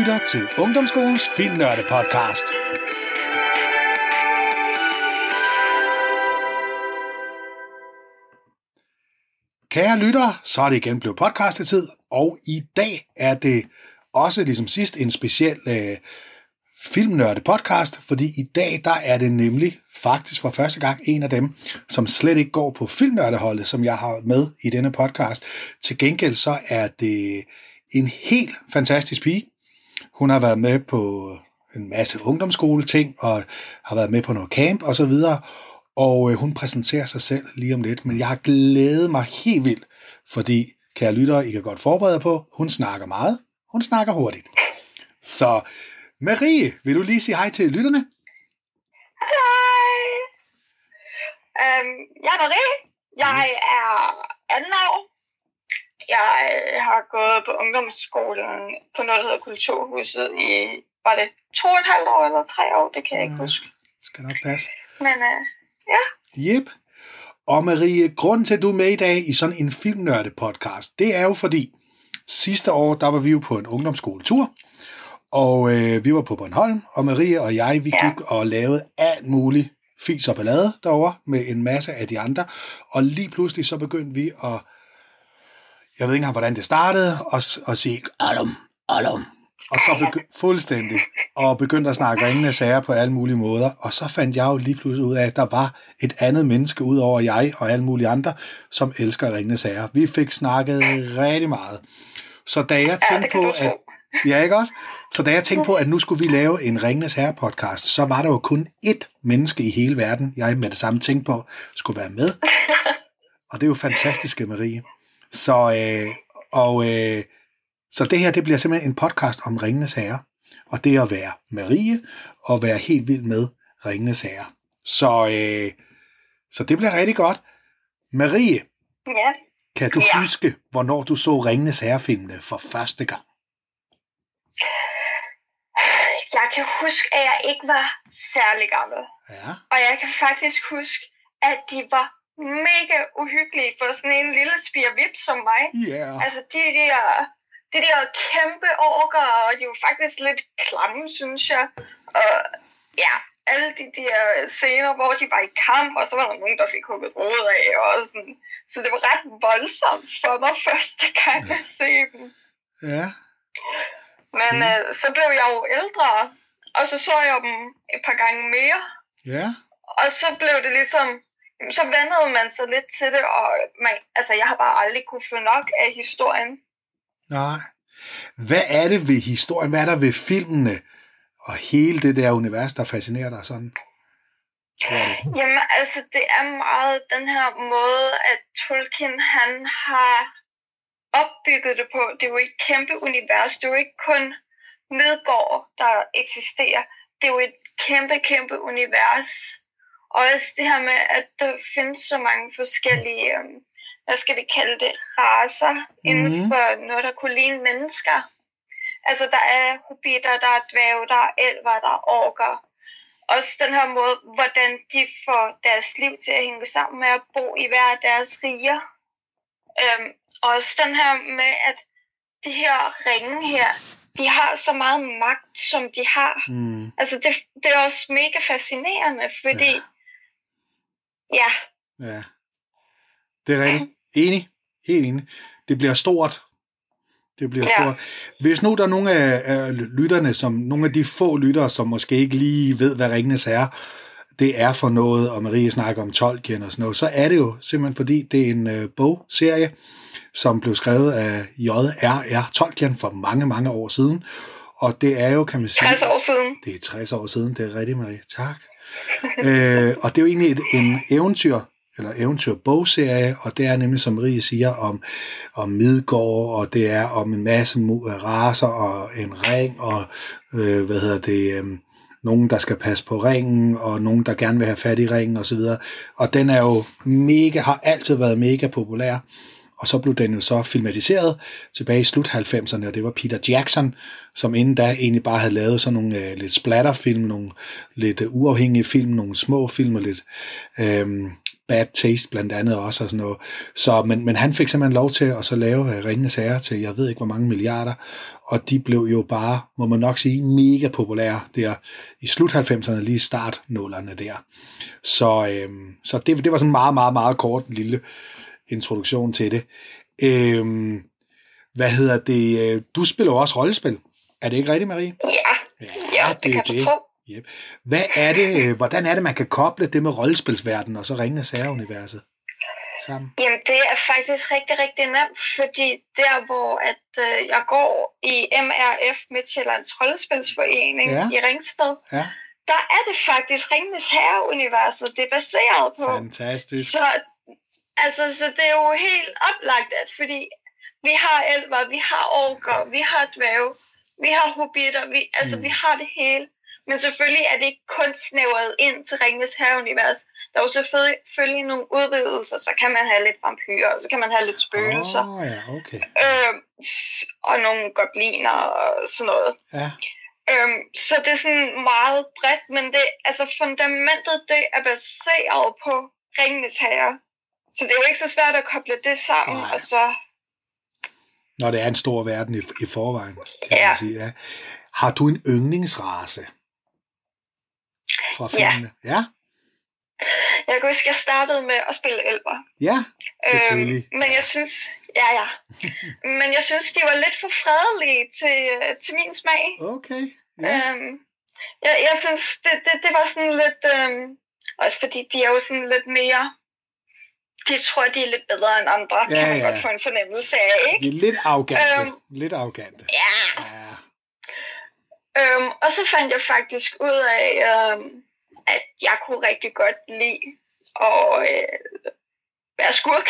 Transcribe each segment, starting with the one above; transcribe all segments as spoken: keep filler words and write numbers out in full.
lytter til Ungdomsskolens Filmnørde podcast. Kære lyttere, så er det igen blevet podcastetid, og i dag er det også ligesom sidst en speciel øh, Filmnørde podcast, fordi i dag der er det nemlig faktisk for første gang en af dem, som slet ikke går på Filmnørdeholdet, som jeg har med i denne podcast. Til gengæld så er det en helt fantastisk pige. Hun har været med på en masse ungdomsskoleting, og har været med på noget camp og så videre, og øh, hun præsenterer sig selv lige om lidt, men jeg har glædet mig helt vildt, fordi, kære lyttere, I kan godt forberede på, hun snakker meget, hun snakker hurtigt. Så Marie, vil du lige sige hej til lytterne? Hej! Um, jeg er Marie. Jeg er atten år. Jeg har gået på ungdomsskolen på noget, der hedder Kulturhuset i, var det to og et halvt år eller tre år? Det kan jeg ikke Ja, huske. skal nok passe. Men uh, ja. Jep. Og Marie, grunden til, at du er med i dag i sådan en filmnørde-podcast, det er jo fordi, sidste år, der var vi jo på en ungdomsskoletur, og øh, vi var på Bornholm, og Marie og jeg, vi Ja. gik og lavede alt muligt fis og ballade derovre med en masse af de andre, og lige pludselig så begyndte vi at, jeg ved ikke engang, hvordan det startede, og, og sige, alum, alum, og så begyndte fuldstændig, og begyndte at snakke ringende sager på alle mulige måder, og så fandt jeg jo lige pludselig ud af, at der var et andet menneske ud over jeg og alle mulige andre, som elsker ringende sager. Vi fik snakket rigtig meget. Så da jeg Ja, tænkte det kan på, du tro. at ja, ikke også? Så da jeg tænkte på, at nu skulle vi lave en Ringenes Herre podcast, så var der jo kun ét menneske i hele verden, jeg med det samme tænkte på, skulle være med. Og det er jo fantastiske, Marie. Så, øh, og, øh, så det her, det bliver simpelthen en podcast om Ringenes Herre. Og det at være Marie, og være helt vild med Ringenes Herre. Så, øh, så det bliver rigtig godt. Marie, Ja. kan du Ja. huske, hvornår du så Ringenes Herre-filmene for første gang? Jeg kan huske, at jeg ikke var særlig gammel. Ja. Og jeg kan faktisk huske, at de var mega uhyggelige for sådan en lille spirvips som mig. Yeah. Altså de der, de der kæmpe orker, og de var faktisk lidt klamme, synes jeg. Og ja, alle de der scener, hvor de var i kamp, og så var der nogen, der fik hugget hovedet af. Og sådan. Så det var ret voldsomt for mig første gang at se dem. Ja. Men Mm. øh, så blev jeg jo ældre, og så så jeg dem et par gange mere. Ja. Og så blev det ligesom, så vendede man sig lidt til det, og man, altså jeg har bare aldrig kunne få nok af historien. Nej. Hvad er det ved historien? Hvad er der ved filmene? Og hele det der univers, der fascinerer dig sådan? Tror du? Jamen altså, det er meget den her måde, at Tolkien han har opbygget det på. Det er jo et kæmpe univers. Det er jo ikke kun Midgård, der eksisterer. Det er jo et kæmpe, kæmpe univers. Og også det her med, at der findes så mange forskellige, øhm, hvad skal vi kalde det, racer mm. inden for noget, der kunne ligne mennesker. Altså der er hobitter, der er dværge, der er elver, der er orker. Også den her måde, hvordan de får deres liv til at hænge sammen med at bo i hver deres riger. Øhm, også den her med, at de her ringe her, de har så meget magt, som de har. Mm. Altså det, det er også mega fascinerende, fordi ja. Ja. Det er rigtigt. Enig. Helt enig. Det bliver stort. Det bliver Ja. stort. Hvis nu der er nogle af, af lytterne, som nogle af de få lyttere, som måske ikke lige ved, hvad Ringenes Herre det er for noget, og Marie snakker om Tolkien og sådan noget, så er det jo simpelthen fordi, det er en øh, bogserie, som blev skrevet af J R R Tolkien for mange, mange år siden. Og det er jo, kan man sige... tres år siden. Det er tres år siden, det er rigtigt, Marie. Tak. øh, og det er jo egentlig et, en eventyr, eller eventyr-bogserie, og det er nemlig, som Marie siger, om, om Midgård, og det er om en masse racer, og en ring, og øh, hvad hedder det... Øh, nogen, der skal passe på ringen, og nogen, der gerne vil have fat i ringen, og så videre. Og den er jo mega, har altid været mega populær. og så blev den jo så filmatiseret tilbage i slut halvfemserne, og det var Peter Jackson, som inden da egentlig bare havde lavet sådan nogle øh, lidt splatterfilm, nogle lidt øh, uafhængige film, nogle små film og lidt øh, Bad Taste blandt andet også og sådan noget. Så, men, men han fik simpelthen lov til at så lave øh, Ringenes Herre til, jeg ved ikke hvor mange milliarder, og de blev jo bare, må man nok sige, mega populære der i slut halvfemserne, lige start nullerne der. Så, øhm, så det, det var sådan en meget, meget, meget kort lille introduktion til det. Øhm, hvad hedder det? Du spiller jo også rollespil. Er det ikke rigtigt, Marie? Ja, ja, ja det, det kan du tro. Yep. Hvad er det, hvordan er det, man kan koble det med rollespilsverdenen og så Ringenes Herre-universet sammen? Jamen, det er faktisk rigtig, rigtig nemt, fordi der, hvor at, øh, jeg går i M R F, Midtjyllands Rollespilsforening ja. i Ringsted, ja. der er det faktisk Ringenes Herre-universet, det er baseret på. Fantastisk. Så, altså, så det er jo helt oplagt, at fordi vi har elver, vi har orker, vi har dværge, vi har hobbiter, vi, altså mm. vi har det hele. Men selvfølgelig er det ikke kun snævret ind til Ringenes Herre-univers. Der er jo selvfølgelig nogle udvidelser, så kan man have lidt vampyrer, og så kan man have lidt spøgelser. Oh, ja, okay. øhm, og nogle gobliner og sådan noget. Ja. Øhm, så det er sådan meget bredt, men det, altså fundamentet, det er baseret på Ringenes Herre. Så det er jo ikke så svært at koble det sammen, oh, ja. og så... Når det er en stor verden i, i forvejen, kan ja. man sige. Ja. Har du en yndlingsrace? Fra filmene? Ja. ja. Jeg kan huske, jeg startede med at spille elver. Ja, selvfølgelig. Øhm, men jeg synes, ja ja, men jeg synes, de var lidt for fredelige til, til min smag. Okay, ja. Øhm, jeg, jeg synes, det, det, det var sådan lidt, øhm, også fordi de er jo sådan lidt mere, de tror, de er lidt bedre end andre, ja, kan man ja. godt få en fornemmelse af, ikke? De er lidt arrogante, øhm, lidt arrogante. Ja. ja. Øhm, og så fandt jeg faktisk ud af, øhm, at jeg kunne rigtig godt lide at øh, være skurk.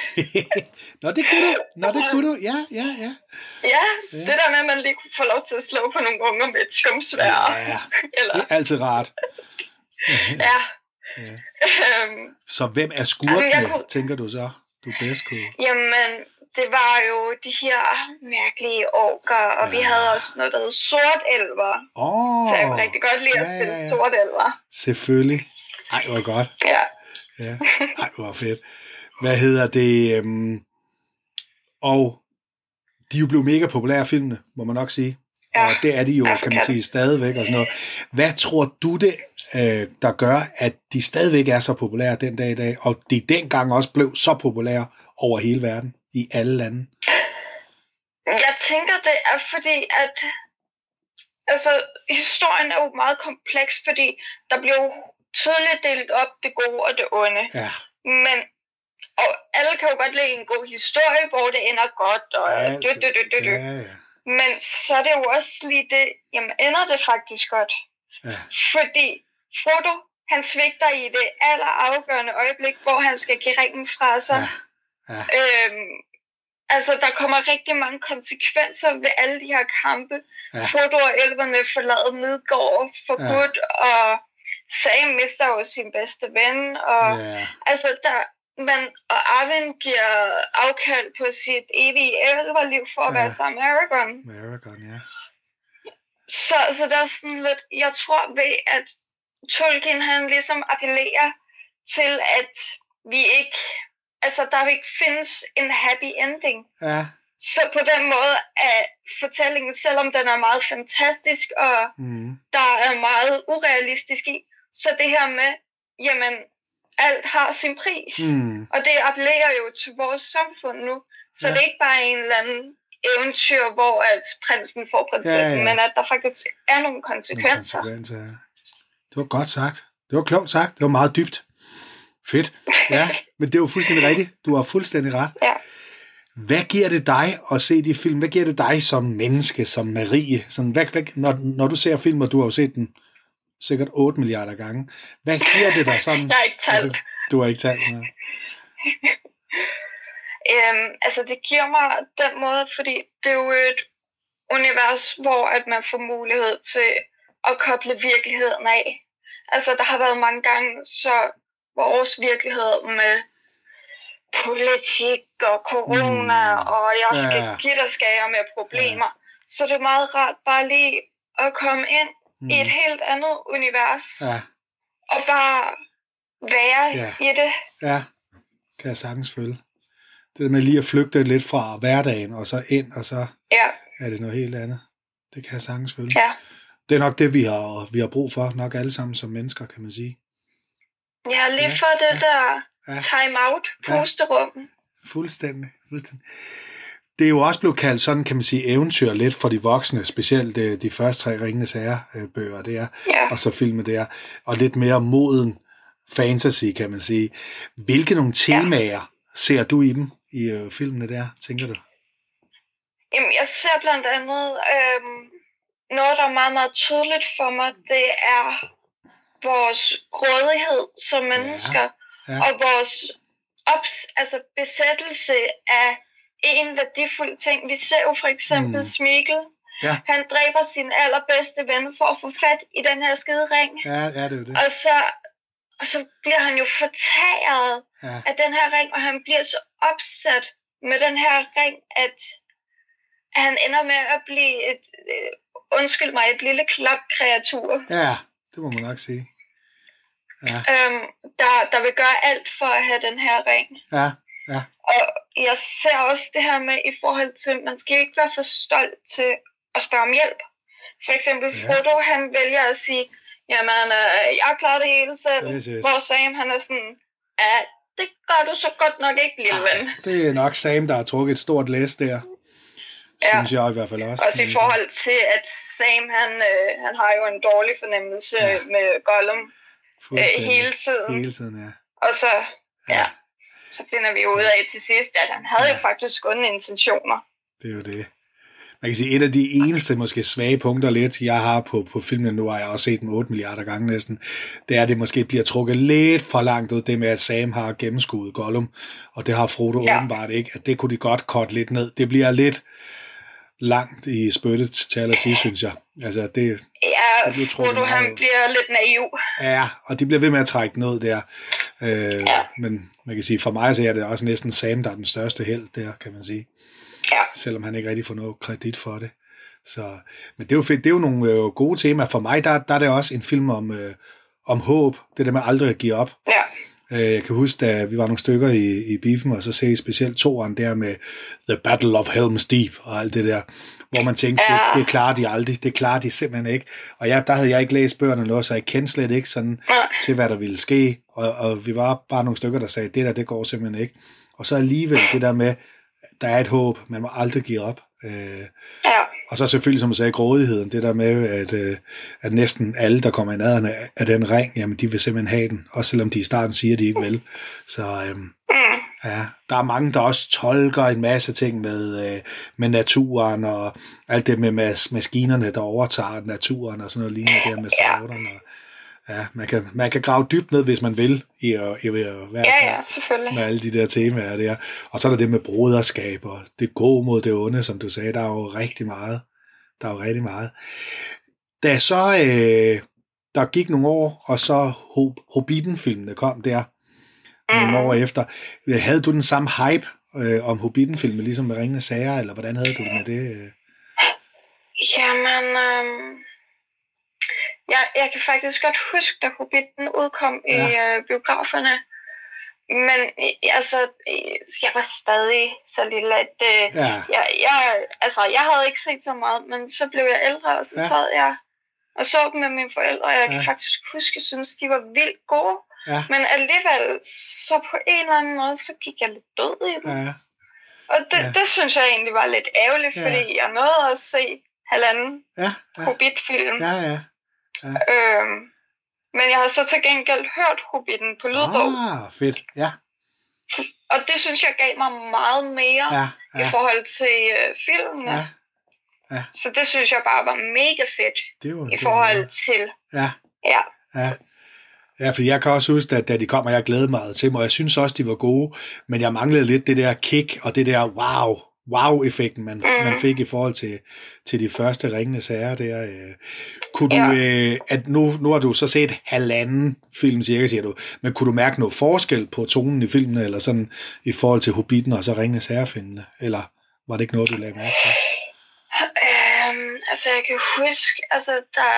Nå, det kunne du. Nå, det kunne du. Ja, ja, ja. Ja, ja. Det der med, at man lige kunne få lov til at slå på nogle unger med et skumsværd. Ja, Eller... det er altid rart. ja. ja. Øhm, så hvem er skurkene, kunne... tænker du så, du bedst kunne? Jamen, det var jo de her mærkelige orker, og ja. vi havde også noget, der hed sortelver. Oh, så jeg kunne rigtig godt lide at ja, spille ja, ja. sortelver. Selvfølgelig. Ej, hvor godt. Ja. ja. Ej, hvor fedt. Hvad hedder det? Øhm... Og de er jo blevet mega populære, filmene, må man nok sige. Ja. Og det er de jo, ja, kan man sige, stadigvæk og sådan noget. Hvad tror du det, øh, der gør, at de stadigvæk er så populære den dag i dag, og de dengang også blev så populære over hele verden, i alle lande? Jeg tænker, det er fordi, at altså, historien er jo meget kompleks, fordi der blev tydeligt delt op det gode og det onde. Ja. Men og alle kan jo godt lide en god historie, hvor det ender godt, og ja, dø, dø, dø, dø, dø. Ja, ja. Men så er det jo også lige det, jamen ender det faktisk godt. Ja. Fordi Frodo, han svigter i det aller afgørende øjeblik, hvor han skal give ringen fra sig. Ja. Ja. Øhm, altså, der kommer rigtig mange konsekvenser ved alle de her kampe. Ja. Frodo og elverne forlader Midgård for ja. godt, og Sam mister jo sin bedste ven, og ja. altså, der... Men, og Arwen giver afkald på sit evige elverliv for at ja. være sammen med Aragorn. Med Aragorn, ja. Så, så der er sådan lidt, jeg tror ved, at Tolkien han ligesom appellerer til, at vi ikke, altså der ikke findes en happy ending. Ja. Så på den måde er fortællingen, selvom den er meget fantastisk, og mm. der er meget urealistisk i, så det her med, jamen, alt har sin pris, mm. og det appellerer jo til vores samfund nu. Så ja. det er ikke bare en eller anden eventyr, hvor at prinsen får prinsessen, ja, ja. men at der faktisk er nogle konsekvenser. Nogle konsekvenser ja. Det var godt sagt. Det var klogt sagt. Det var meget dybt. Fedt. Ja, men det var fuldstændig rigtigt. Du har fuldstændig ret. Ja. Hvad giver det dig at se de film? Hvad giver det dig som menneske, som Marie? Sådan, hvad, hvad, når, når du ser film, og du har jo set den sikkert otte milliarder gange. Hvad giver det dig sådan? Jeg har ikke talt. Altså, du har ikke talt, ja. øhm, altså, det giver mig den måde, fordi det er jo et univers, hvor at man får mulighed til at koble virkeligheden af. Altså, der har været mange gange, så vores virkelighed med politik og corona, mm. og jeg skal Ja. give dig skære med problemer. Ja. Så det er meget rart bare lige at komme ind mm. i et helt andet univers. Ja. Og bare være Ja. i det. Ja, kan jeg sagtens følge. Det der med lige at flygte lidt fra hverdagen, og så ind, og så Ja. er det noget helt andet. Det kan jeg sagtens følge. Ja. Det er nok det, vi har, vi har brug for, nok alle sammen som mennesker, kan man sige. Ja, lige Ja, for det ja, der ja. time-out, pusterum. Fuldstændig, fuldstændig. Det er jo også blevet kaldt sådan, kan man sige, eventyr lidt for de voksne, specielt de, de første tre Ringenes Herre-bøger, det er, Ja. og så filmen der, og lidt mere moden fantasy, kan man sige. Hvilke nogle temaer ser du i dem, i øh, filmene der, tænker du? Jamen, jeg ser blandt andet øhm, noget, der er meget, meget tydeligt for mig, det er vores grådighed som mennesker, Ja. og vores ops, altså besættelse af en værdifuld ting. Vi ser jo for eksempel Mm. mm. Sméagol. Ja. Han dræber sin allerbedste ven for at få fat i den her skide ring. Ja, ja, det er jo det. Og så, og så bliver han jo fortæret Ja. af den her ring, og han bliver så opsat med den her ring, at han ender med at blive et, øh, undskyld mig, et lille klapkreatur, Ja, det må man nok sige. Ja, øhm, der, der vil gøre alt for at have den her ring. ja, ja. Og jeg ser også det her med i forhold til, man skal ikke være for stolt til at spørge om hjælp. For eksempel Ja. Frodo, han vælger at sige, jamen, øh, jeg klarer det hele selv. Yes, yes. Hvor Sam, han er sådan, ja, det gør du så godt nok ikke, lille ven. Det er nok Sam, der har trukket et stort læs der. Ja. Synes jeg i hvert fald også. Også i forhold til, at Sam, han, øh, han har jo en dårlig fornemmelse Ja. ja. med Gollum øh, Fuldstændig. hele tiden. Hele tiden, ja. Og så, Ja. ja, så finder vi ud af til sidst, at han havde Ja. jo faktisk onde intentioner. Det er jo det. Man kan sige, et af de eneste måske svage punkter lidt, jeg har på, på filmen, nu har jeg også set den otte milliarder gange næsten, det er, at det måske bliver trukket lidt for langt ud, det med, at Sam har gennemskuet Gollum, og det har Frodo Ja. åbenbart ikke, at det kunne de godt korte lidt ned. Det bliver lidt langt i spyttet til allersidst, synes jeg. Altså, det, Ja, det bliver trukket Frodo, meget han ud. bliver lidt naiv. Ja, og de bliver ved med at trække noget der. Øh, Ja. Men man kan sige, for mig så er det også næsten Sam, der er den største held der, kan man sige. Ja. Selvom han ikke rigtig får noget kredit for det. Så, men det er jo fedt. Det er jo nogle øh, gode temaer. For mig, der, der er det også en film om, øh, om håb. Det der med aldrig at give op. Ja. Øh, jeg kan huske, da vi var nogle stykker i, i biffen, og så ser I specielt toeren der med The Battle of Helm's Deep og alt det der, hvor man tænkte, Ja. det, det klarer de aldrig. Det klarer de simpelthen ikke. Og ja, der havde jeg ikke læst bøgerne noget, så jeg kendte slet ikke sådan Nej. til, hvad der ville ske. Og, og vi var bare nogle stykker, der sagde, det der, det går simpelthen ikke. Og så alligevel det der med, der er et håb, man må aldrig give op. Øh, Ja. og så selvfølgelig, som du sagde, grådigheden, det der med, at, øh, at næsten alle, der kommer i nærheden af, af den ring, jamen de vil simpelthen have den, også selvom de i starten siger, de ikke vil. Så øhm, Mm. ja, der er mange, der også tolker en masse ting med, øh, med naturen, og alt det med mas- maskinerne, der overtager naturen, og sådan noget lignende der med Ja. sauderne. Og, ja, man kan, man kan grave dybt ned, hvis man vil, i at, i at være Ja, ja, selvfølgelig. med alle de der temaer der. Og så er der det med broderskab, og det gode mod det onde, som du sagde, der er jo rigtig meget. Der er jo rigtig meget. Da så, øh, der gik nogle år, og så Hob- Hobbiten-filmene kom der, mm. nogle år efter. Havde du den samme hype øh, om Hobbiten-filmen, ligesom med Ringenes Herre, eller hvordan havde du det med det? Øh? Jamen, øhm, jeg, jeg kan faktisk godt huske, da Hobbiten udkom ja. i øh, biograferne. Men øh, altså, øh, jeg var stadig så lille, at øh, Ja. jeg, jeg, altså, jeg havde ikke set så meget, men så blev jeg ældre, og så Ja. ja. sad jeg og så dem med mine forældre, og jeg Ja. kan faktisk huske, jeg synes, de var vildt gode. Ja. Men alligevel, så på en eller anden måde, så gik jeg lidt død i dem. Ja. Og det, Ja. det synes jeg egentlig var lidt ærgerligt, Ja. fordi jeg nåede at se halvanden Ja. Ja. Hobbit-film. Ja, ja. Øhm, men jeg har så til gengæld hørt Hobbiten på lydbog, Ah, fedt. Ja. og det synes jeg gav mig meget mere Ja. i Ja. forhold til øh, filmene. Ja. Ja. Så det synes jeg bare var mega fedt Det var, i det forhold var- til, Ja. ja, Ja. Ja, for jeg kan også huske, at da de kom, og jeg glædede mig til dem, og jeg synes også, de var gode, men jeg manglede lidt det der kick, og det der wow, wow-effekten, man, Mm. man fik i forhold til, til de første Ringenes Herre der. Øh. Kunne du, Ja. øh, at nu, nu har du så set halvanden film cirka, siger du, men kunne du mærke noget forskel på tonen i filmene, eller sådan i forhold til Hobbiten og så Ringenes Herre-filmene? Eller var det ikke noget, du lagde mærke til? Øhm, altså, jeg kan huske, altså, der...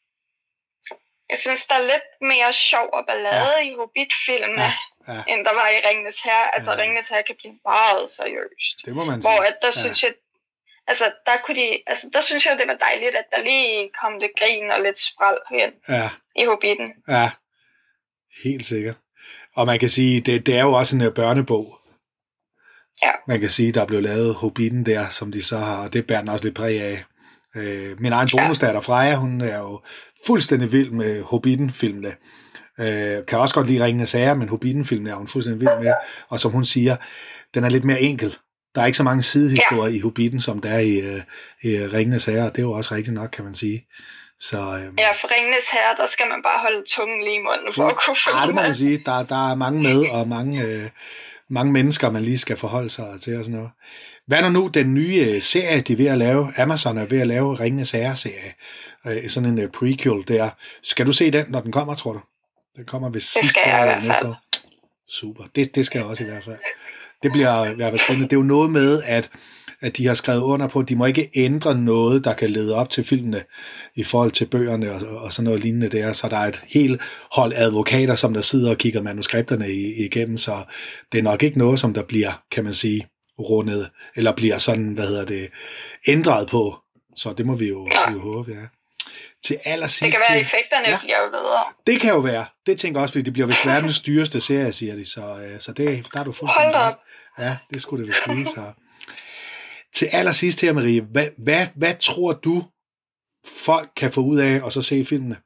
Jeg synes, der er lidt mere sjov og ballade ja. i Hobbit-filmene, Ja, ja. end der var i Ringenes Herre. Altså, Ja. Ringenes Herre kan blive meget seriøst. Det må man sige. Hvor at der Ja. synes jeg, altså, der kunne de, altså, der synes jeg, det var dejligt, at der lige kom lidt grin og lidt spræl hen Ja, i Hobbiten. ja. Helt sikkert. Og man kan sige, det, det er jo også en uh, børnebog. Ja. Man kan sige, der er blevet lavet Hobbiten der, som de så har, og det bærer den også lidt præg af. Øh, min egen bonusdatter Freja, hun er jo fuldstændig vild med Hobbiten-filmene. Øh, kan også godt lide Ringenes Herre, men Hobbiten-filmene er hun fuldstændig vild med. Og som hun siger, den er lidt mere enkel. Der er ikke så mange sidehistorier ja. i Hobbiten, som der er i, uh, i Ringenes Herre, og det er jo også rigtigt nok, kan man sige. Så, øhm, Ja, for Ringenes Herre, der skal man bare holde tungen lige i munden for at kunne følge ja, det må med. man sige. Der, der er mange med, og mange, øh, mange mennesker, man lige skal forholde sig til og sådan noget. Hvad er nu den nye øh, serie, de er ved at lave? Amazon er ved at lave Ringenes Herre-serie. Øh, sådan en øh, prequel der. Skal du se den, når den kommer, tror du? Den kommer ved sidste år eller næste år. Super. Det, det skal jeg også i hvert fald. Det bliver i hvert fald spændende. Det er jo noget med, at at de har skrevet under på, at de må ikke ændre noget, der kan lede op til filmene i forhold til bøgerne og, og sådan noget lignende der. Så der er et helt hold advokater, som der sidder og kigger manuskripterne igennem, så det er nok ikke noget, som der bliver, kan man sige, rundet, eller bliver sådan, hvad hedder det, ændret på. Så det må vi jo, vi jo håbe, ja. Til allersidst... Det kan være, at effekterne ja. bliver jo bedre. Det kan jo være. Det tænker jeg også, fordi det bliver vist verdens dyreste serie, siger de. Så, øh, så det, der er du fuldstændig... Hold op. Ja, det skulle det vist blive, så... Til allersidst her, Marie, hvad, hvad, hvad tror du, folk kan få ud af at så se filmene?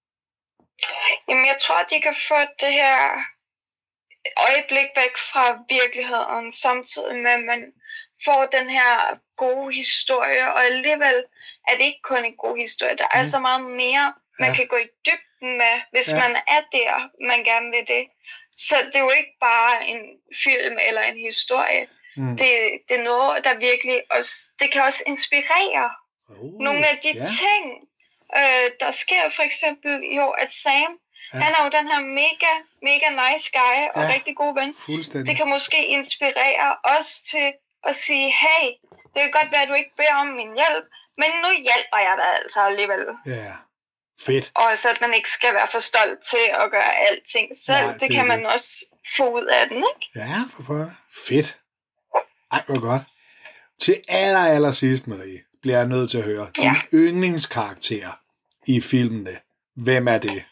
Jamen, jeg tror, de kan få det her øjeblik væk fra virkeligheden, samtidig med, at man får den her gode historie, og alligevel er det ikke kun en god historie. Der er mm. så meget mere, man ja. kan gå i dybden med, hvis ja. man er der, man gerne vil det. Så det er jo ikke bare en film eller en historie. Mm. Det, det er noget, der virkelig også, det kan også inspirere uh, nogle af de yeah. ting, øh, der sker. For eksempel jo, at Sam, ja. han er jo den her mega, mega nice guy og ja. rigtig god ven. Det kan måske inspirere os til at sige, hey, det kan godt være, at du ikke beder om min hjælp, men nu hjælper jeg dig altså alligevel. Ja, fedt. Og så at man ikke skal være for stolt til at gøre alting selv. Nej, det, det kan det. man også få ud af den, ikke? Ja, for pokker. Fedt. Ej, hvor godt. Til aller, aller sidst, Marie, bliver jeg nødt til at høre din ja. yndlingskarakter i filmene. Hvem er det?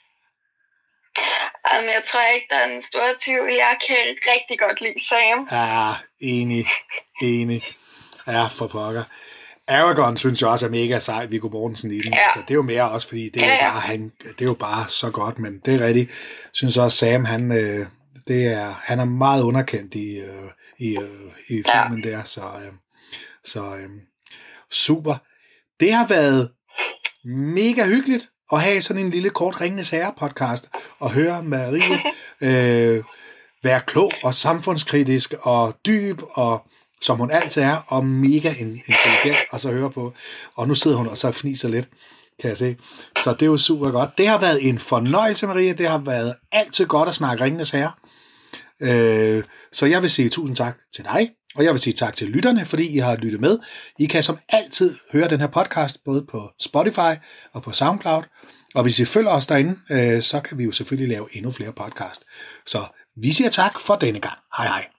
Um, jeg tror ikke, der er en stor tvivl. Jeg kan rigtig godt lide Sam. Ja, enig. Enig. Ja, for pokker. Aragorn synes jeg også er mega sej, Viggo Mortensen i den. Ja. Altså, det er jo mere også, fordi det er, ja, ja. Jo bare, han, det er jo bare så godt, men det er rigtigt. Jeg synes også, Sam, han, øh, det er, han er meget underkendt i, øh, i, øh, i filmen ja. der, så, øh, så øh, super. Det har været mega hyggeligt at have sådan en lille kort Ringenes Herre podcast og høre Marie øh, være klog og samfundskritisk og dyb og som hun altid er, og mega intelligent og så høre på. Og nu sidder hun og så fniser lidt, kan jeg se. Så det er jo super godt. Det har været en fornøjelse, Marie. Det har været altid godt at snakke Ringenes Herre. Øh, så jeg vil sige tusind tak til dig, og jeg vil sige tak til lytterne, fordi I har lyttet med. I kan som altid høre den her podcast, både på Spotify og på SoundCloud. Og hvis I følger os derinde, øh, så kan vi jo selvfølgelig lave endnu flere podcast. Så vi siger tak for denne gang. Hej hej.